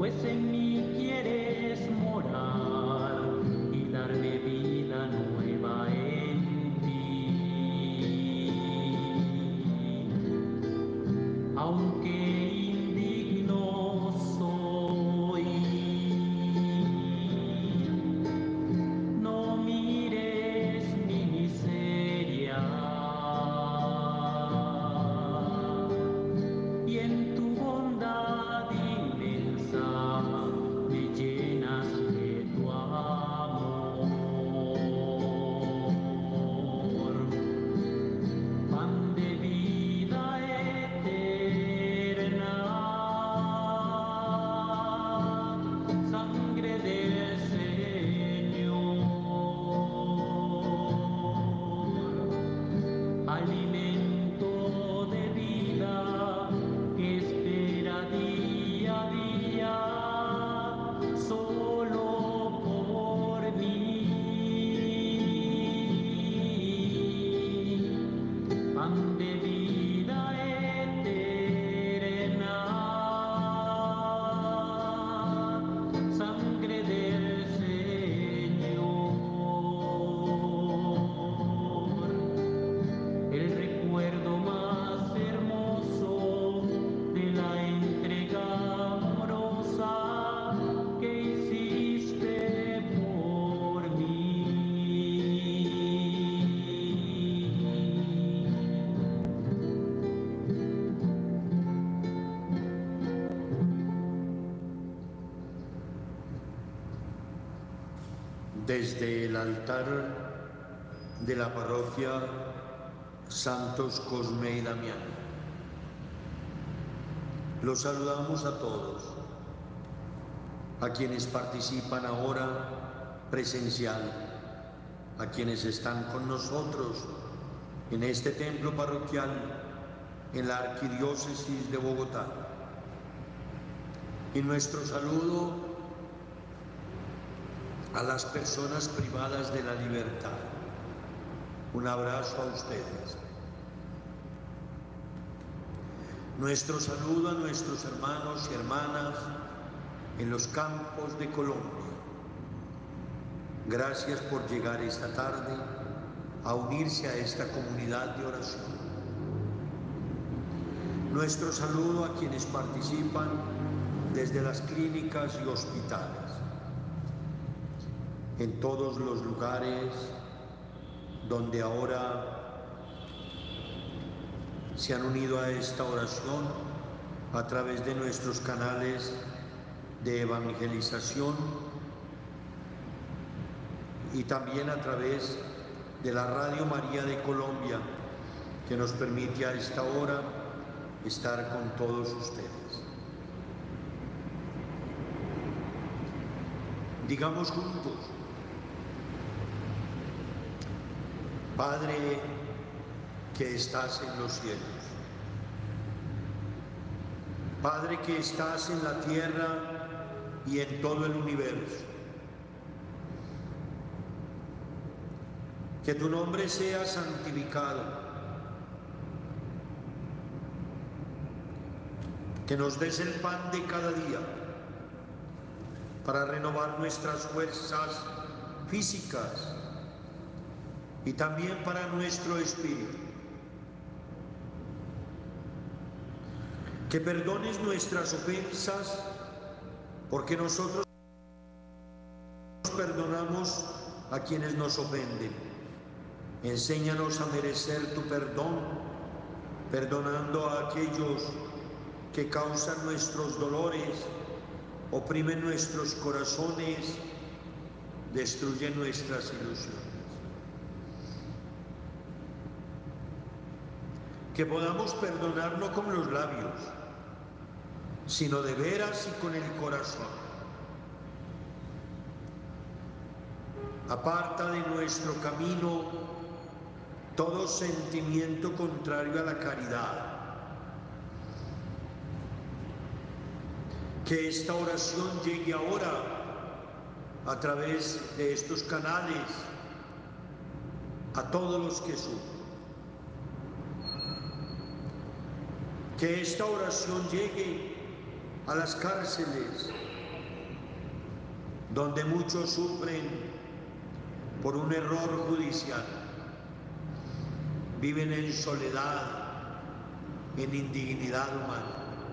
pues en mí quieres morar y darme vida nueva en ti. Aunque indigno soy, no mires mi miseria, y en tu bondad inmensa me llenas de tu amor. Pan de vida eterna, sangre del Señor, alimento de vida que espera día a día solo por mí. Pan de vida eterna, sangre del Señor, el recuerdo más hermoso de la entrega amorosa que hiciste por mí. Desde el altar de la parroquia Santos Cosme y Damián, los saludamos a todos, a quienes participan ahora presencial, a quienes están con nosotros en este templo parroquial en la Arquidiócesis de Bogotá. Y nuestro saludo a las personas privadas de la libertad. Un abrazo a ustedes. Nuestro saludo a nuestros hermanos y hermanas en los campos de Colombia. Gracias por llegar esta tarde a unirse a esta comunidad de oración. Nuestro saludo a quienes participan desde las clínicas y hospitales, en todos los lugares donde ahora se han unido a esta oración a través de nuestros canales de evangelización y también a través de la Radio María de Colombia, que nos permite a esta hora estar con todos ustedes. Digamos juntos: Padre que estás en los cielos, Padre que estás en la tierra y en todo el universo, que tu nombre sea santificado, que nos des el pan de cada día para renovar nuestras fuerzas físicas y también para nuestro espíritu. Que perdones nuestras ofensas, porque nosotros perdonamos a quienes nos ofenden. Enséñanos a merecer tu perdón, perdonando a aquellos que causan nuestros dolores, oprimen nuestros corazones, destruyen nuestras ilusiones. Que podamos perdonar no con los labios, sino de veras y con el corazón. Aparta de nuestro camino todo sentimiento contrario a la caridad. Que esta oración llegue ahora a través de estos canales a todos los que sufren. Que esta oración llegue a las cárceles, donde muchos sufren por un error judicial, viven en soledad, en indignidad humana.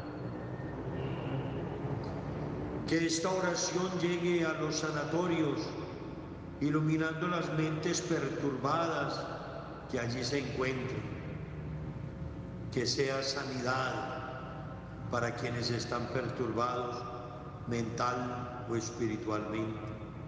Que esta oración llegue a los sanatorios, iluminando las mentes perturbadas que allí se encuentren. Que sea sanidad para quienes están perturbados mental o espiritualmente.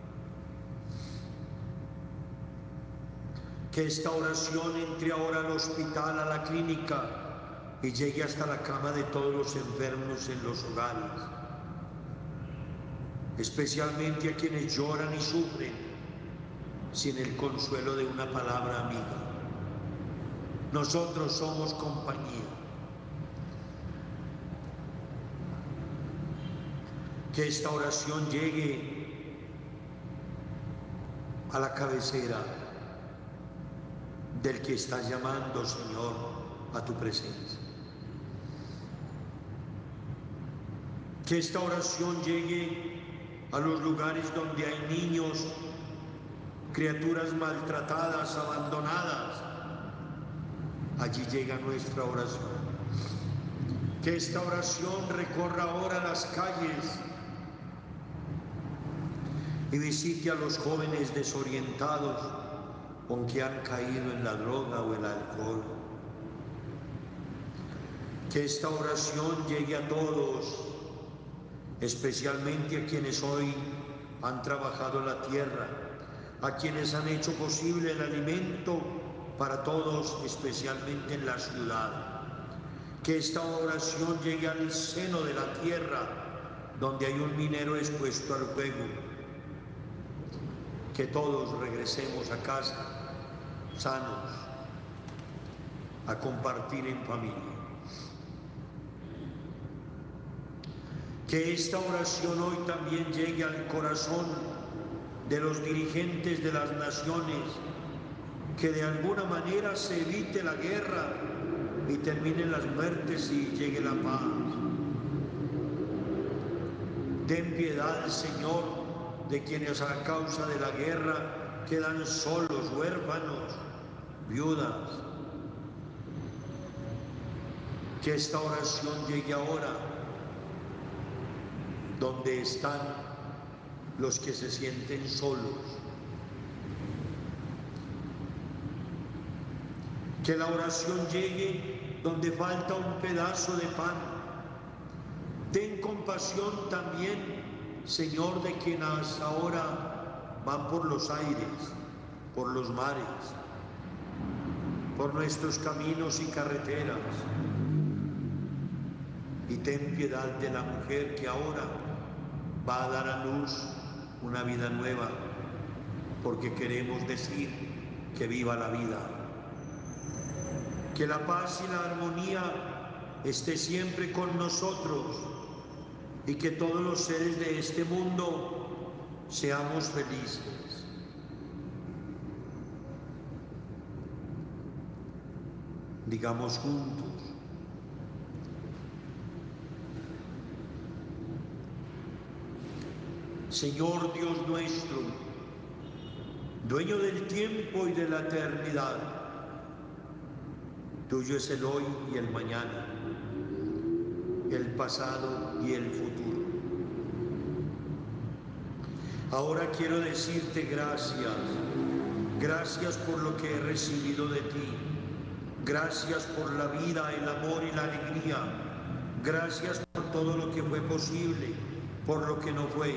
Que esta oración entre ahora al hospital, a la clínica, y llegue hasta la cama de todos los enfermos en los hogares, especialmente a quienes lloran y sufren sin el consuelo de una palabra amiga. Nosotros somos compañía. Que esta oración llegue a la cabecera del que estás llamando, Señor, a tu presencia. Que esta oración llegue a los lugares donde hay niños, criaturas maltratadas, abandonadas. Allí llega nuestra oración. Que esta oración recorra ahora las calles y visite a los jóvenes desorientados o que han caído en la droga o el alcohol. Que esta oración llegue a todos, especialmente a quienes hoy han trabajado la tierra, a quienes han hecho posible el alimento para todos, especialmente en la ciudad. Que esta oración llegue al seno de la tierra, donde hay un minero expuesto al fuego. Que todos regresemos a casa, sanos, a compartir en familia. Que esta oración hoy también llegue al corazón de los dirigentes de las naciones, que de alguna manera se evite la guerra y terminen las muertes y llegue la paz. Ten piedad, Señor, de quienes a causa de la guerra quedan solos, huérfanos, viudas. Que esta oración llegue ahora donde están los que se sienten solos. Que la oración llegue donde falta un pedazo de pan. Ten compasión también, Señor, de quienes ahora van por los aires, por los mares, por nuestros caminos y carreteras. Y ten piedad de la mujer que ahora va a dar a luz una vida nueva, porque queremos decir que viva la vida. Que la paz y la armonía esté siempre con nosotros y que todos los seres de este mundo seamos felices. Digamos juntos: Señor Dios nuestro, dueño del tiempo y de la eternidad, tuyo es el hoy y el mañana, el pasado y el futuro. Ahora quiero decirte gracias, gracias por lo que he recibido de ti, gracias por la vida, el amor y la alegría, gracias por todo lo que fue posible, por lo que no fue.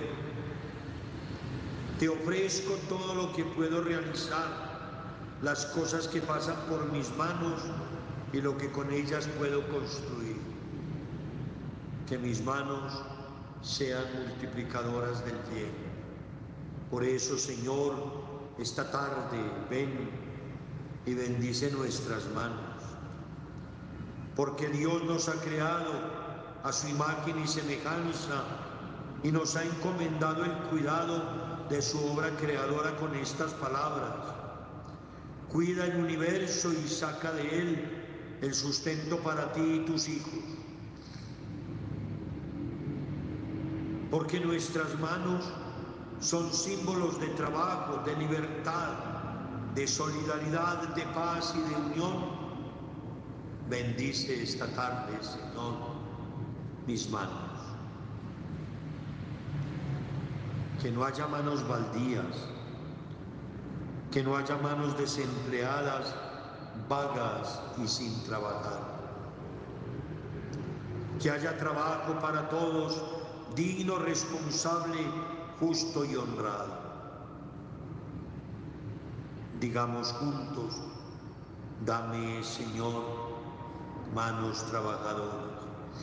Te ofrezco todo lo que puedo realizar, las cosas que pasan por mis manos y lo que con ellas puedo construir. Que mis manos sean multiplicadoras del bien. Por eso, Señor, esta tarde ven y bendice nuestras manos. Porque Dios nos ha creado a su imagen y semejanza y nos ha encomendado el cuidado de su obra creadora con estas palabras: cuida el universo y saca de él el sustento para ti y tus hijos. Porque nuestras manos son símbolos de trabajo, de libertad, de solidaridad, de paz y de unión. Bendice esta tarde, Señor, mis manos. Que no haya manos baldías, que no haya manos desempleadas, vagas y sin trabajar. Que haya trabajo para todos, digno, responsable, justo y honrado. Digamos juntos: dame, Señor, manos trabajadoras.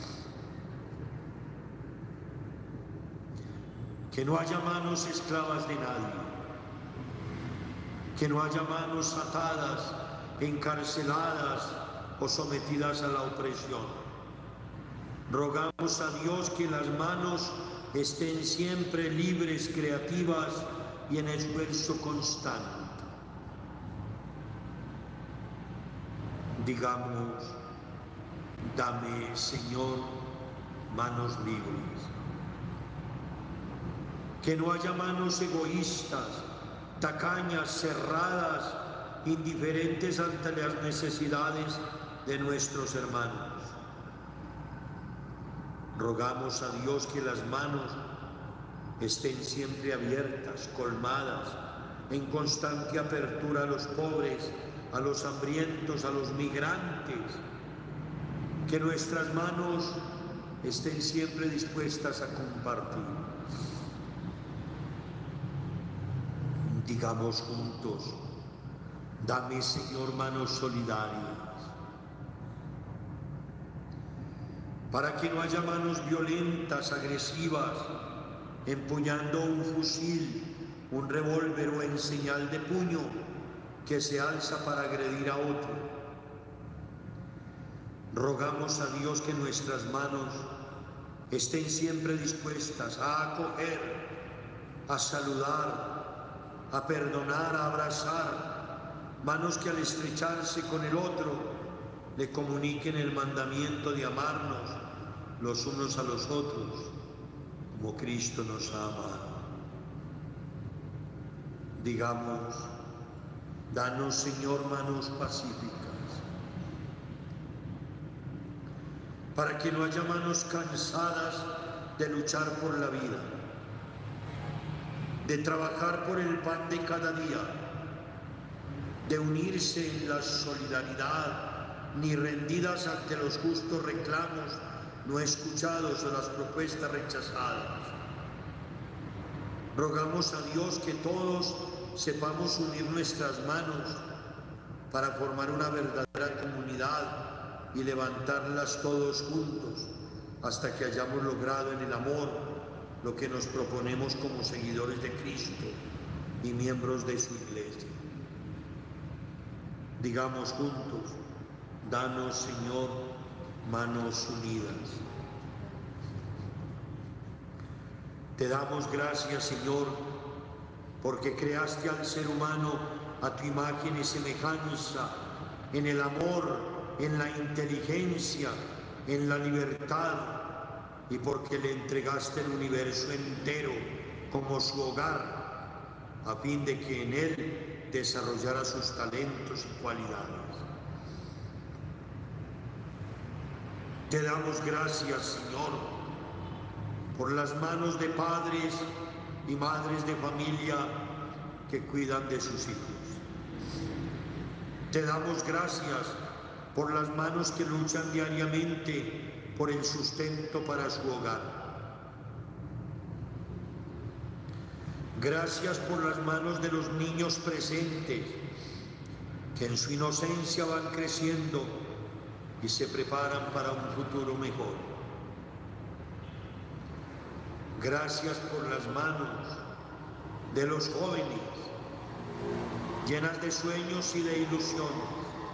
Que no haya manos esclavas de nadie, que no haya manos atadas, encarceladas o sometidas a la opresión. Rogamos a Dios que las manos estén siempre libres, creativas y en esfuerzo constante. Digamos: dame, Señor, manos libres. Que no haya manos egoístas, tacañas, cerradas, indiferentes ante las necesidades de nuestros hermanos. Rogamos a Dios que las manos estén siempre abiertas, colmadas, en constante apertura a los pobres, a los hambrientos, a los migrantes. Que nuestras manos estén siempre dispuestas a compartir. Digamos juntos: dame, Señor, manos solidarias. Para que no haya manos violentas, agresivas, empuñando un fusil, un revólver o en señal de puño que se alza para agredir a otro. Rogamos a Dios que nuestras manos estén siempre dispuestas a acoger, a saludar, a perdonar, a abrazar, manos que al estrecharse con el otro le comuniquen el mandamiento de amarnos los unos a los otros, como Cristo nos ha amado. Digamos: danos, Señor, manos pacíficas, para que no haya manos cansadas de luchar por la vida, de trabajar por el pan de cada día, de unirse en la solidaridad, ni rendidas ante los justos reclamos no escuchados o las propuestas rechazadas. Rogamos a Dios que todos sepamos unir nuestras manos para formar una verdadera comunidad y levantarlas todos juntos hasta que hayamos logrado en el amor lo que nos proponemos como seguidores de Cristo y miembros de su Iglesia. Digamos juntos: danos, Señor, manos unidas. Te damos gracias, Señor, porque creaste al ser humano a tu imagen y semejanza, en el amor, en la inteligencia, en la libertad, y porque le entregaste el universo entero como su hogar, a fin de que en él desarrollara sus talentos y cualidades. Te damos gracias, Señor, por las manos de padres y madres de familia que cuidan de sus hijos. Te damos gracias por las manos que luchan diariamente por el sustento para su hogar. Gracias por las manos de los niños presentes, que en su inocencia van creciendo y se preparan para un futuro mejor. Gracias por las manos de los jóvenes, llenas de sueños y de ilusiones.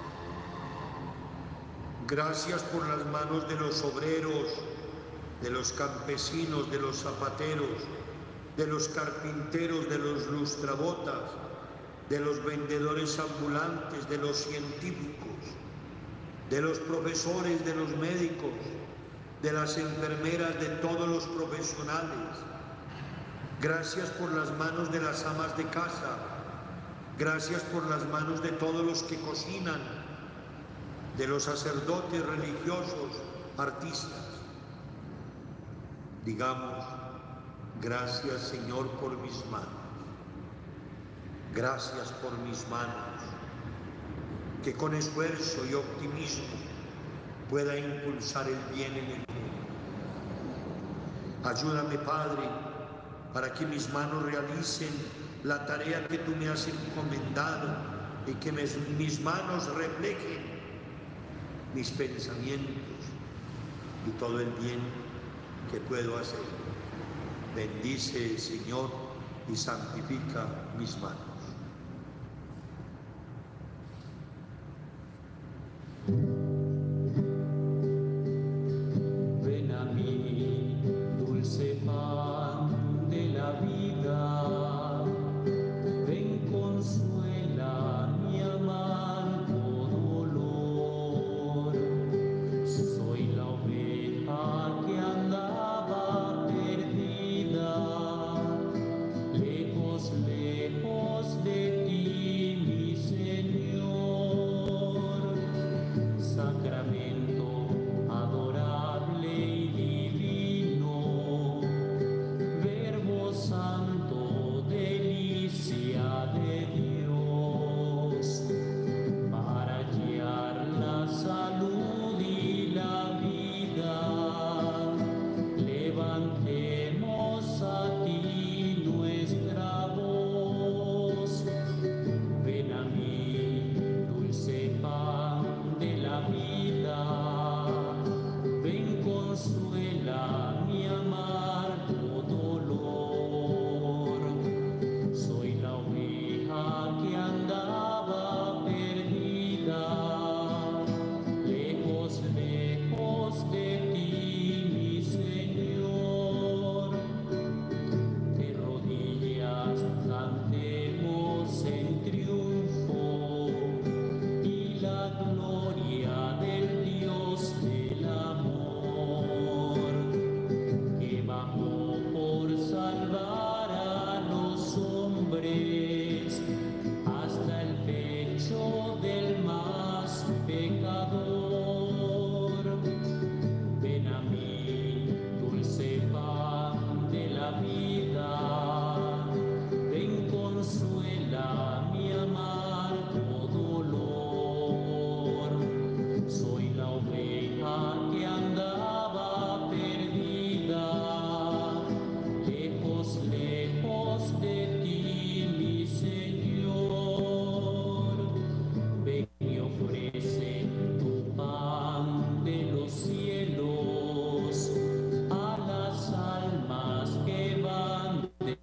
Gracias por las manos de los obreros, de los campesinos, de los zapateros, de los carpinteros, de los lustrabotas, de los vendedores ambulantes, de los científicos, de los profesores, de los médicos, de las enfermeras, de todos los profesionales. Gracias por las manos de las amas de casa. Gracias por las manos de todos los que cocinan, de los sacerdotes religiosos, artistas. Digamos, gracias Señor por mis manos. Gracias por mis manos, que con esfuerzo y optimismo pueda impulsar el bien en el mundo. Ayúdame, Padre, para que mis manos realicen la tarea que tú me has encomendado y que mis manos reflejen mis pensamientos y todo el bien que puedo hacer. Bendice, Señor, y santifica mis manos. Ven a mí, dulce pan de la vida, ven, consuela mi amargo dolor. Soy la oveja que andaba perdida, lejos, lejos de ti, mi Señor. Sacramento adorable y divino, Verbo santo, delicia de Dios, para hallar la salud y la vida, levantemos a ti nuestra voz. Ven a mí, dulce pan de la vida, ven, consuela mi amargo dolor. Soy la oveja que andaba perdida, lejos, lejos de ti, mi Señor. De rodillas cantemos en triunfo y la gloria del Dios del amor, que bajó por salvar a los hombres hasta el pecho del más pecador. Ven a mí, dulce pan de la vida, ven, consuela mi amargo dolor. Soy la oveja que andaba perdida, lejos, lejos de ti, mi Señor. Ven y ofrece tu pan de los cielos a las almas que van de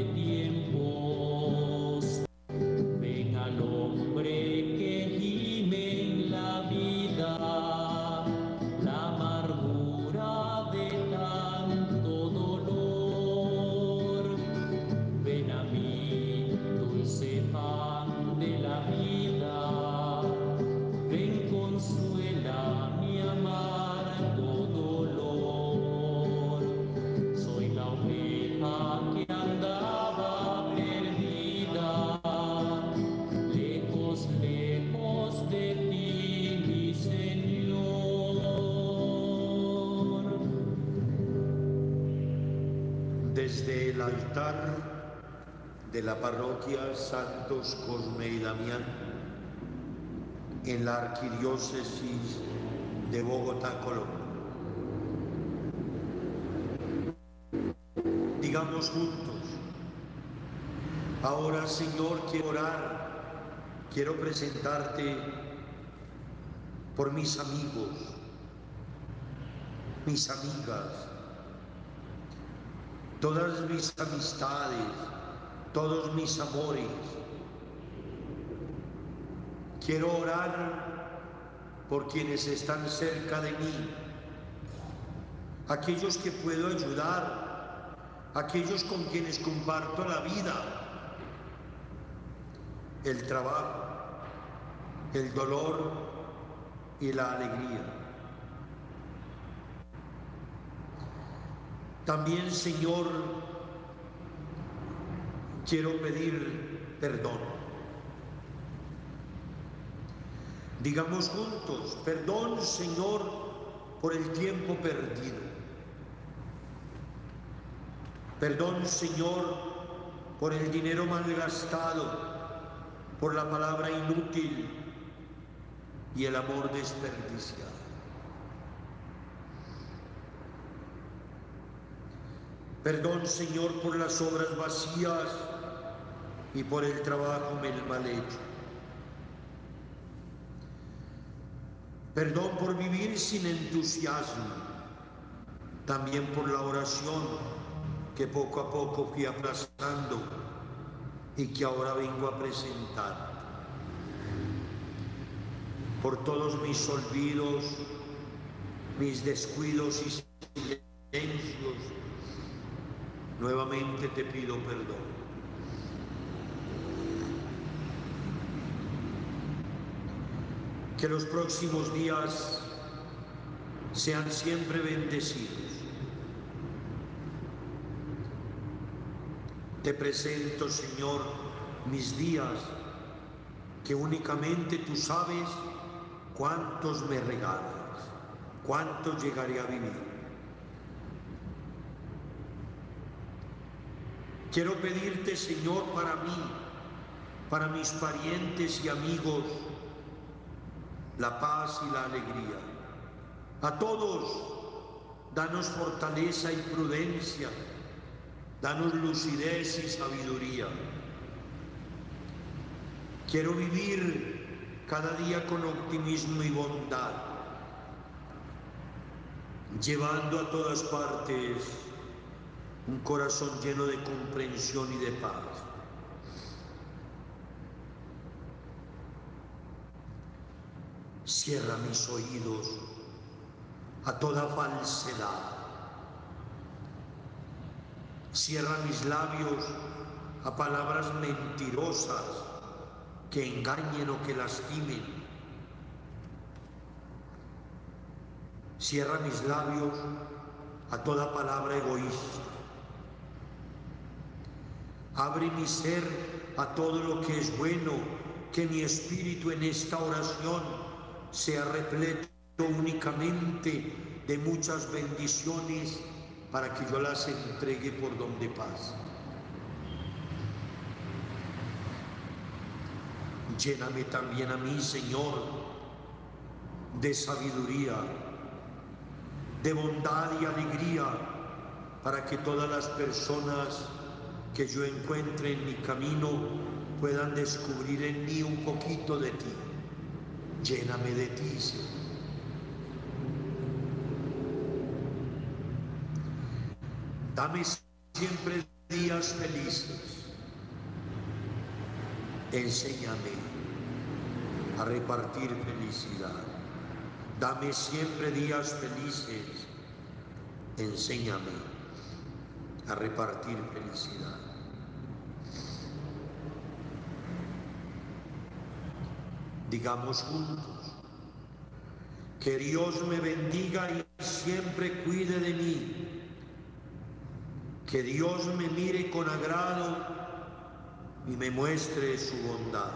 tiempos. Ven al hombre que gime en la vida, la amargura de tanto dolor. Ven a mí, dulce pan de la vida, ven, consuela mi amargo dolor. Soy la oveja que andaba perdida, lejos, lejos de ti, mi Señor. Desde el altar de la parroquia Santos Cosme y Damián, en la arquidiócesis de Bogotá, Colombia. Digamos juntos: ahora, Señor, quiero orar, quiero presentarte por mis amigos, mis amigas, todas mis amistades, todos mis amores. Quiero orar por quienes están cerca de mí, aquellos que puedo ayudar, aquellos con quienes comparto la vida, el trabajo, el dolor y la alegría. También, Señor, quiero pedir perdón. Digamos juntos: perdón, Señor, por el tiempo perdido. Perdón, Señor, por el dinero malgastado, por la palabra inútil y el amor desperdiciado. Perdón, Señor, por las obras vacías y por el trabajo mal hecho. Perdón por vivir sin entusiasmo, también por la oración que poco a poco fui aplazando y que ahora vengo a presentar. Por todos mis olvidos, mis descuidos y silencios, nuevamente te pido perdón. Que los próximos días sean siempre bendecidos. Te presento, Señor, mis días, que únicamente tú sabes cuántos me regalas, cuántos llegaré a vivir. Quiero pedirte, Señor, para mí, para mis parientes y amigos, la paz y la alegría. A todos, danos fortaleza y prudencia, danos lucidez y sabiduría. Quiero vivir cada día con optimismo y bondad, llevando a todas partes un corazón lleno de comprensión y de paz. Cierra mis oídos a toda falsedad. Cierra mis labios a palabras mentirosas que engañen o que lastimen. Cierra mis labios a toda palabra egoísta. Abre mi ser a todo lo que es bueno, que mi espíritu en esta oración sea repleto únicamente de muchas bendiciones para que yo las entregue por donde pase. Lléname también a mí, Señor, de sabiduría, de bondad y alegría, para que todas las personas que yo encuentre en mi camino puedan descubrir en mí un poquito de ti. Lléname de ti, Señor. Dame siempre días felices. Enséñame a repartir felicidad. Dame siempre días felices. Enséñame a repartir felicidad. Digamos juntos: que Dios me bendiga y siempre cuide de mí. Que Dios me mire con agrado y me muestre su bondad.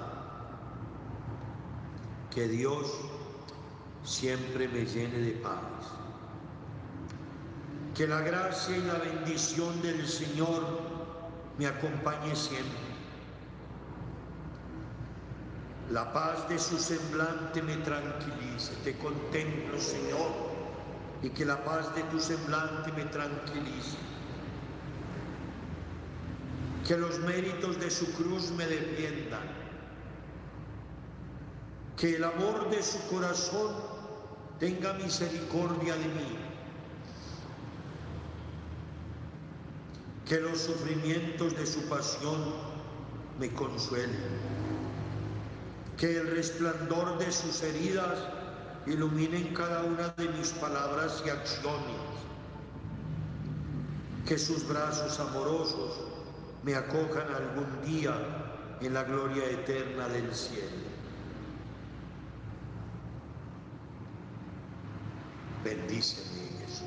Que Dios siempre me llene de paz. Que la gracia y la bendición del Señor me acompañe siempre. La paz de su semblante me tranquilice. Te contemplo, Señor, y que la paz de tu semblante me tranquilice. Que los méritos de su cruz me defiendan. Que el amor de su corazón tenga misericordia de mí. Que los sufrimientos de su pasión me consuelen. Que el resplandor de sus heridas iluminen cada una de mis palabras y acciones. Que sus brazos amorosos me acojan algún día en la gloria eterna del cielo. Bendíceme, Jesús.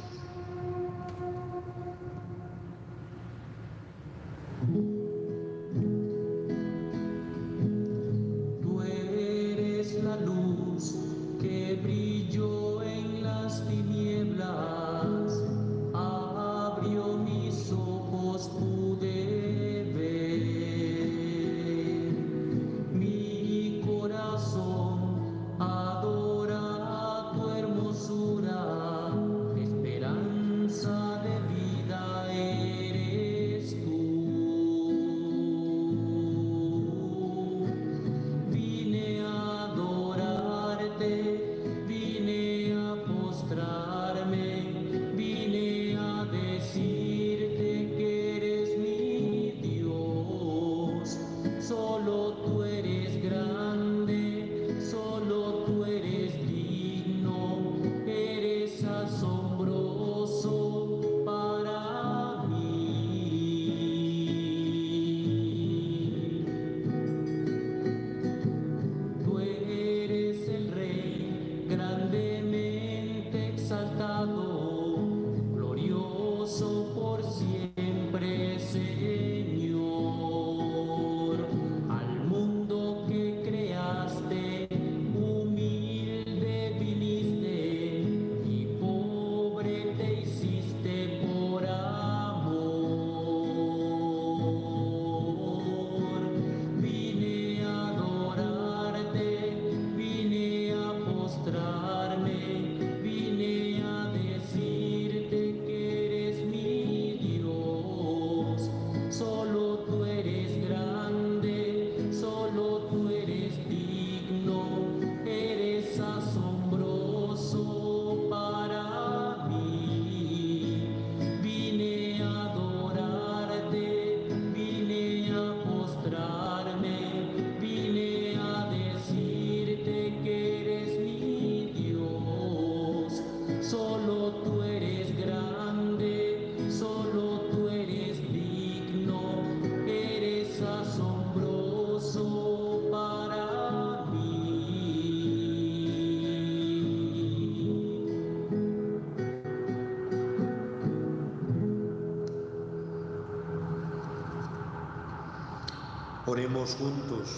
Oremos juntos.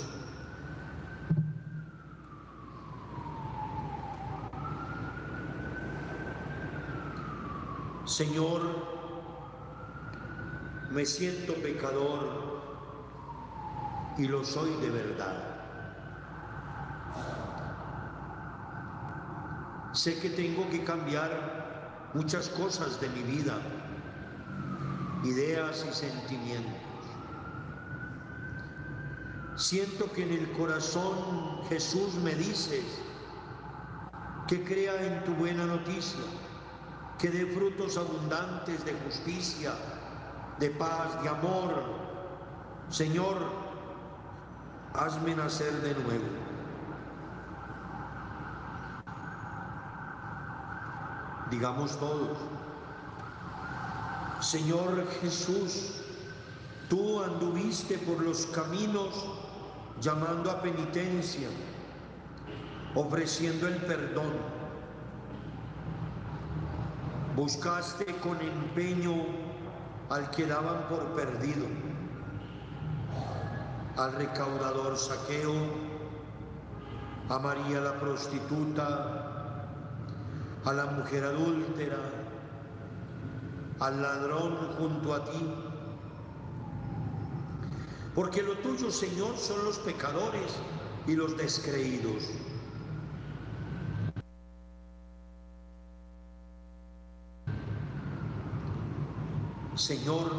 Señor, me siento pecador y lo soy de verdad. Sé que tengo que cambiar muchas cosas de mi vida, ideas y sentimientos. Siento que en el corazón Jesús me dices que crea en tu buena noticia, que dé frutos abundantes de justicia, de paz, de amor. Señor, hazme nacer de nuevo. Digamos todos: Señor Jesús, tú anduviste por los caminos llamando a penitencia, ofreciendo el perdón. Buscaste con empeño al que daban por perdido, al recaudador Zaqueo, a María la prostituta, a la mujer adúltera, al ladrón junto a ti. Porque lo tuyo, Señor, son los pecadores y los descreídos. Señor,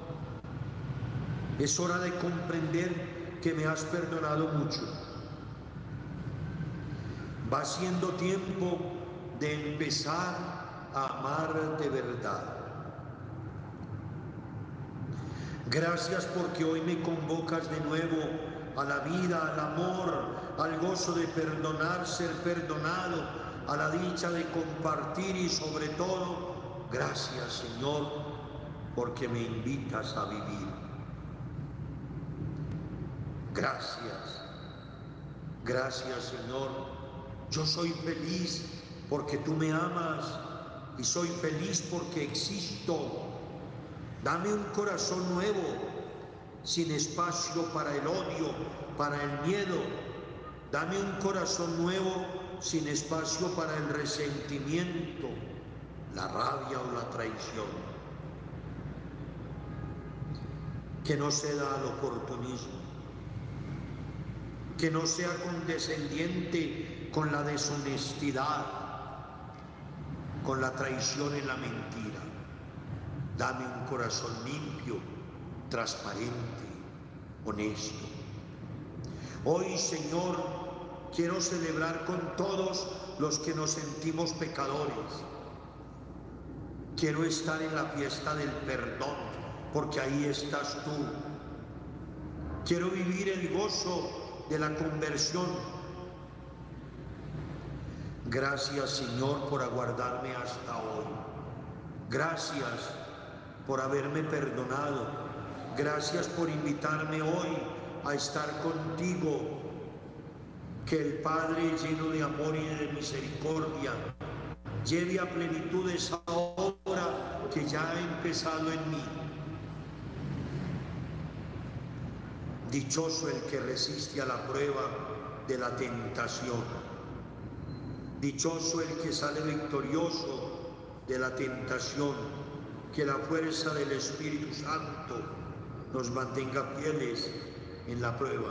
es hora de comprender que me has perdonado mucho. Va siendo tiempo de empezar a amar de verdad. Gracias porque hoy me convocas de nuevo a la vida, al amor, al gozo de perdonar, ser perdonado, a la dicha de compartir y sobre todo, gracias, Señor, porque me invitas a vivir. Gracias, gracias, Señor. Yo soy feliz porque tú me amas y soy feliz porque existo. Dame un corazón nuevo, sin espacio para el odio, para el miedo. Dame un corazón nuevo, sin espacio para el resentimiento, la rabia o la traición. Que no ceda al oportunismo, que no sea condescendiente con la deshonestidad, con la traición y la mentira. Dame un corazón limpio, transparente, honesto. Hoy, Señor, quiero celebrar con todos los que nos sentimos pecadores. Quiero estar en la fiesta del perdón, porque ahí estás tú. Quiero vivir el gozo de la conversión. Gracias, Señor, por aguardarme hasta hoy. Gracias por haberme perdonado. Gracias por invitarme hoy a estar contigo. Que el Padre, lleno de amor y de misericordia, lleve a plenitud esa obra que ya ha empezado en mí. Dichoso el que resiste a la prueba de la tentación. Dichoso el que sale victorioso de la tentación. Que la fuerza del Espíritu Santo nos mantenga fieles en la prueba.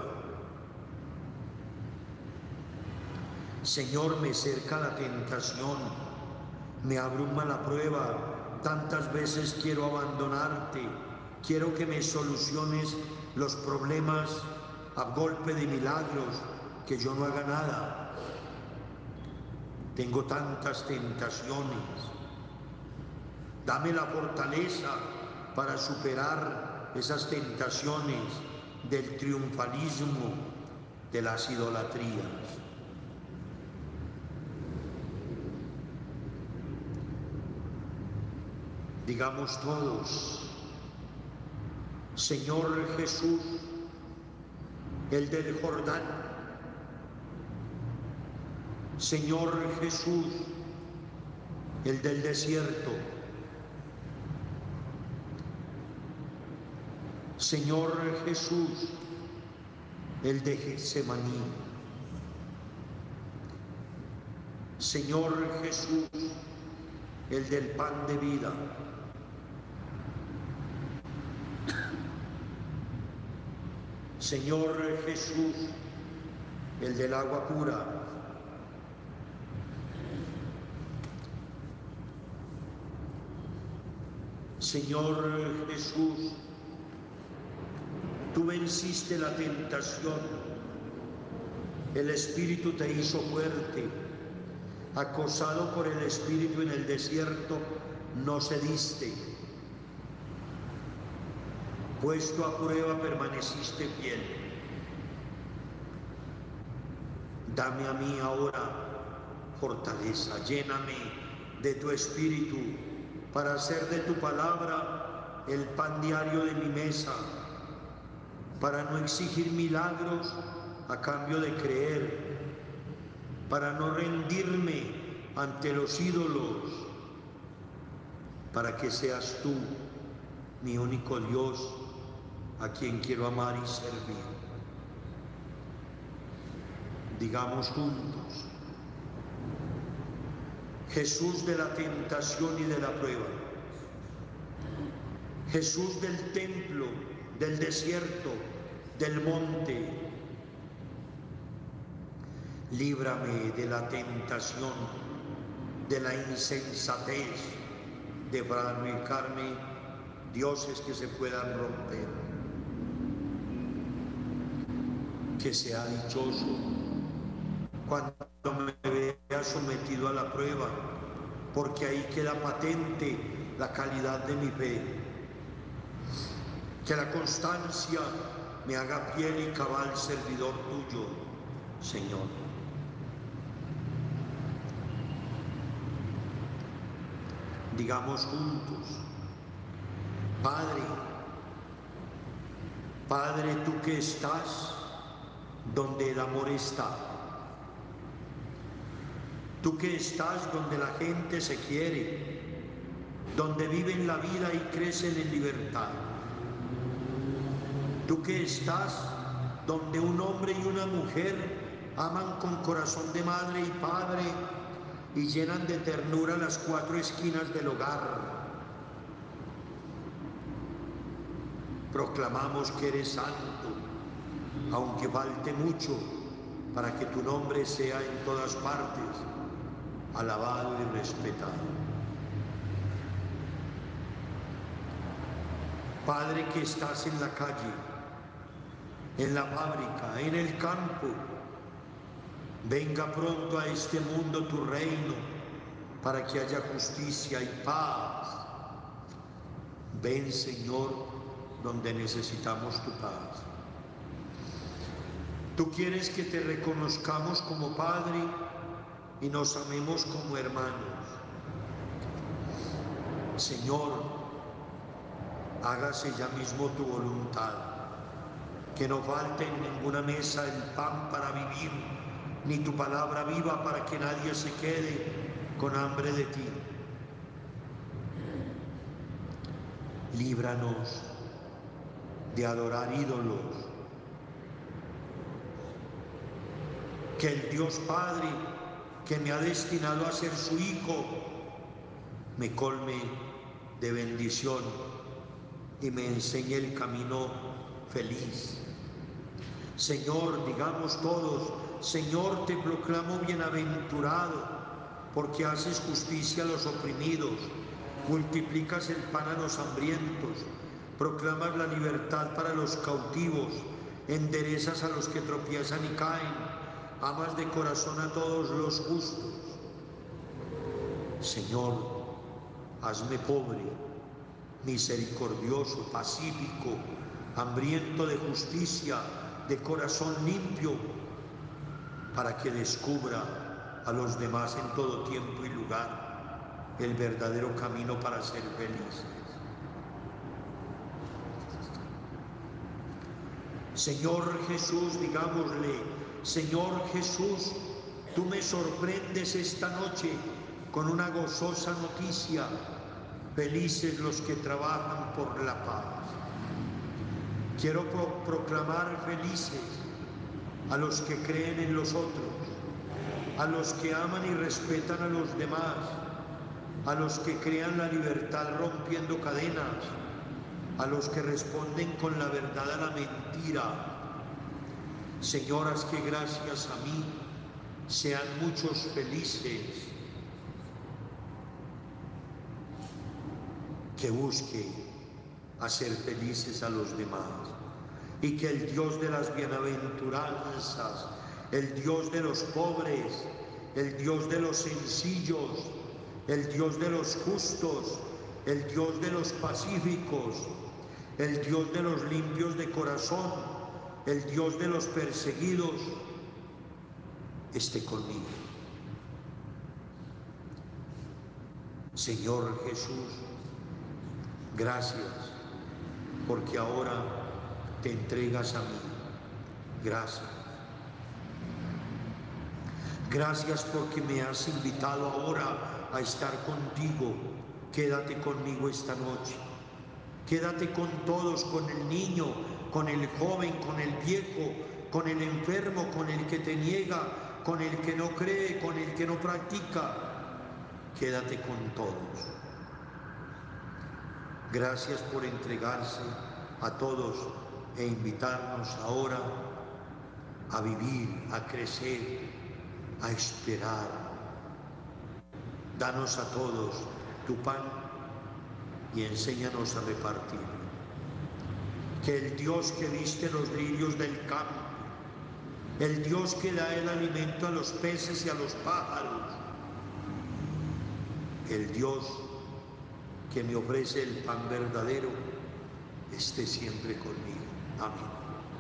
Señor, me cerca la tentación, me abruma la prueba. Tantas veces quiero abandonarte, quiero que me soluciones los problemas a golpe de milagros, que yo no haga nada. Tengo tantas tentaciones. Dame la fortaleza para superar esas tentaciones del triunfalismo, de las idolatrías. Digamos todos: Señor Jesús, el del Jordán. Señor Jesús, el del desierto. Señor Jesús, el de Getsemaní. Señor Jesús, el del pan de vida. Señor Jesús, el del agua pura. Señor Jesús, tú venciste la tentación, el Espíritu te hizo fuerte, acosado por el Espíritu en el desierto, no cediste. Puesto a prueba permaneciste fiel. Dame a mí ahora fortaleza, lléname de tu Espíritu para hacer de tu palabra el pan diario de mi mesa, para no exigir milagros a cambio de creer, para no rendirme ante los ídolos, para que seas tú mi único Dios, a quien quiero amar y servir. Digamos juntos: Jesús de la tentación y de la prueba, Jesús del templo, del desierto, del monte, líbrame de la tentación, de la insensatez, de fabricarme dioses que se puedan romper. Que sea dichoso cuando me vea sometido a la prueba, porque ahí queda patente la calidad de mi fe. Que la constancia me haga fiel y cabal servidor tuyo, Señor. Digamos juntos: Padre, Padre, tú que estás donde el amor está, tú que estás donde la gente se quiere, donde viven la vida y crecen en libertad, tú que estás donde un hombre y una mujer aman con corazón de madre y padre y llenan de ternura las cuatro esquinas del hogar. Proclamamos que eres santo, aunque falte mucho para que tu nombre sea en todas partes alabado y respetado. Padre que estás en la calle, en la fábrica, en el campo, venga pronto a este mundo tu reino para que haya justicia y paz. Ven, Señor, donde necesitamos tu paz. Tú quieres que te reconozcamos como Padre y nos amemos como hermanos. Señor, hágase ya mismo tu voluntad, que no falte en ninguna mesa el pan para vivir, ni tu palabra viva para que nadie se quede con hambre de ti. Líbranos de adorar ídolos. Que el Dios Padre, que me ha destinado a ser su Hijo, me colme de bendición y me enseñe el camino feliz. Señor, digamos todos: Señor, te proclamo bienaventurado, porque haces justicia a los oprimidos, multiplicas el pan a los hambrientos, proclamas la libertad para los cautivos, enderezas a los que tropiezan y caen, amas de corazón a todos los justos. Señor, hazme pobre, misericordioso, pacífico, hambriento de justicia, de corazón limpio, para que descubra a los demás en todo tiempo y lugar el verdadero camino para ser felices. Señor Jesús, digámosle: Señor Jesús, tú me sorprendes esta noche con una gozosa noticia. Felices los que trabajan por la paz. Quiero proclamar felices a los que creen en los otros, a los que aman y respetan a los demás, a los que crean la libertad rompiendo cadenas, a los que responden con la verdad a la mentira. Señoras, que gracias a mí sean muchos felices, que busque hacer felices a los demás, y que el Dios de las bienaventuranzas, el Dios de los pobres, el Dios de los sencillos, el Dios de los justos, el Dios de los pacíficos, el Dios de los limpios de corazón, el Dios de los perseguidos, esté conmigo. Señor Jesús, gracias, porque ahora te entregas a mí. Gracias. Gracias porque me has invitado ahora a estar contigo. Quédate conmigo esta noche. Quédate con todos, con el niño, con el joven, con el viejo, con el enfermo, con el que te niega, con el que no cree, con el que no practica. Quédate con todos. Gracias por entregarse a todos e invitarnos ahora a vivir, a crecer, a esperar. Danos a todos tu pan y enséñanos a repartirlo. Que el Dios que viste los lirios del campo, el Dios que da el alimento a los peces y a los pájaros, el Dios que me ofrece el pan verdadero, esté siempre conmigo. Amén.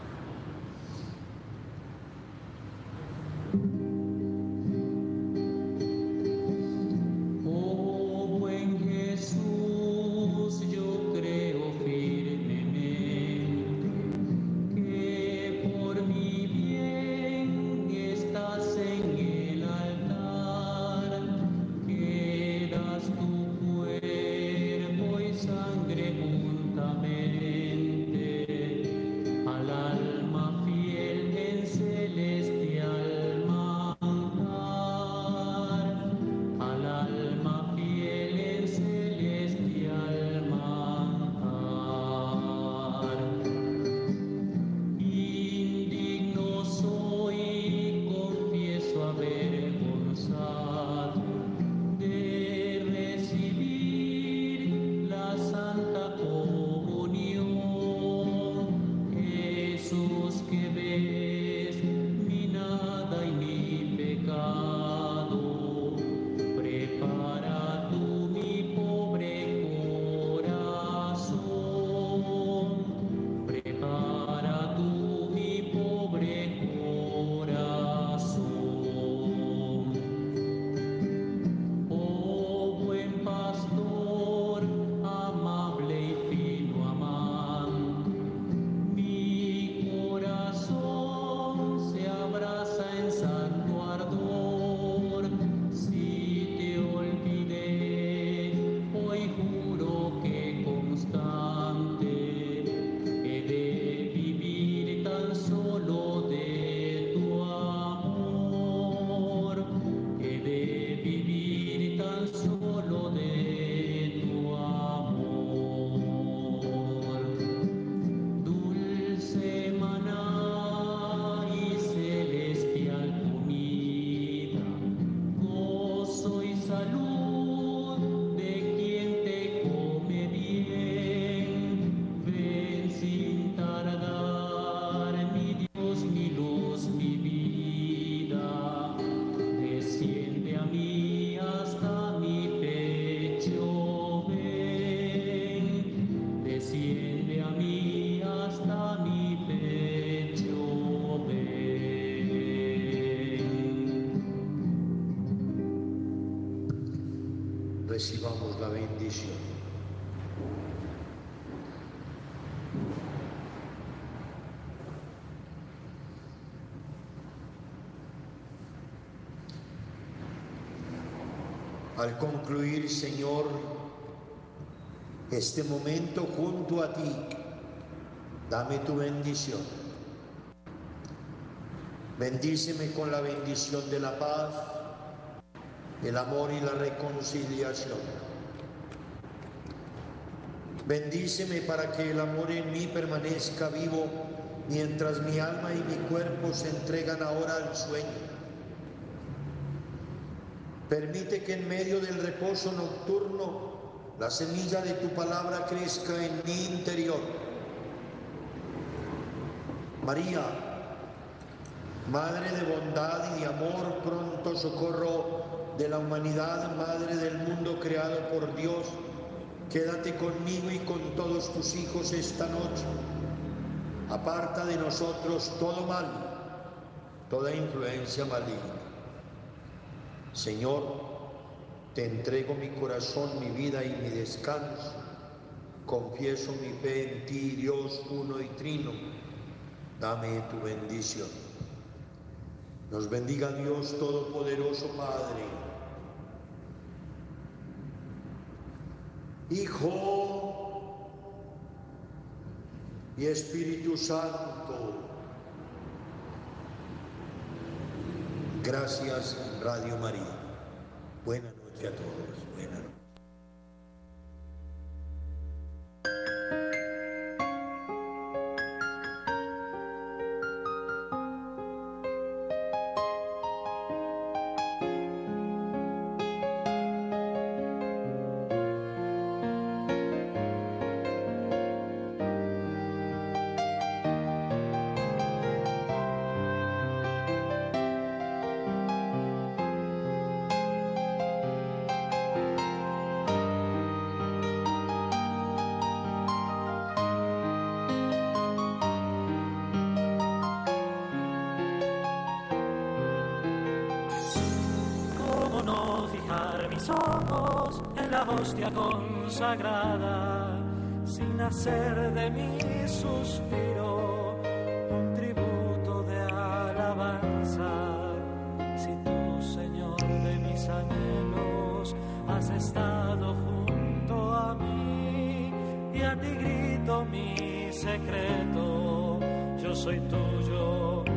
Recibamos la bendición. Al concluir, Señor, este momento junto a ti, dame tu bendición. Bendíceme con la bendición de la paz, el amor y la reconciliación. Bendíceme para que el amor en mí permanezca vivo mientras mi alma y mi cuerpo se entregan ahora al sueño. Permite que en medio del reposo nocturno la semilla de tu palabra crezca en mi interior. María, Madre de bondad y de amor, pronto socorro de la humanidad, Madre del mundo creado por Dios, quédate conmigo y con todos tus hijos esta noche. Aparta de nosotros todo mal, toda influencia maligna. Señor, te entrego mi corazón, mi vida y mi descanso. Confieso mi fe en ti, Dios uno y trino. Dame tu bendición. Nos bendiga Dios Todopoderoso, Padre, Hijo y Espíritu Santo. Gracias, Radio María. Buenas noches a todos. Buenas noches. Ojos en la hostia consagrada, sin hacer de mi suspiro un tributo de alabanza. Si tú, Señor de mis anhelos, has estado junto a mí y a ti grito mi secreto, yo soy tuyo.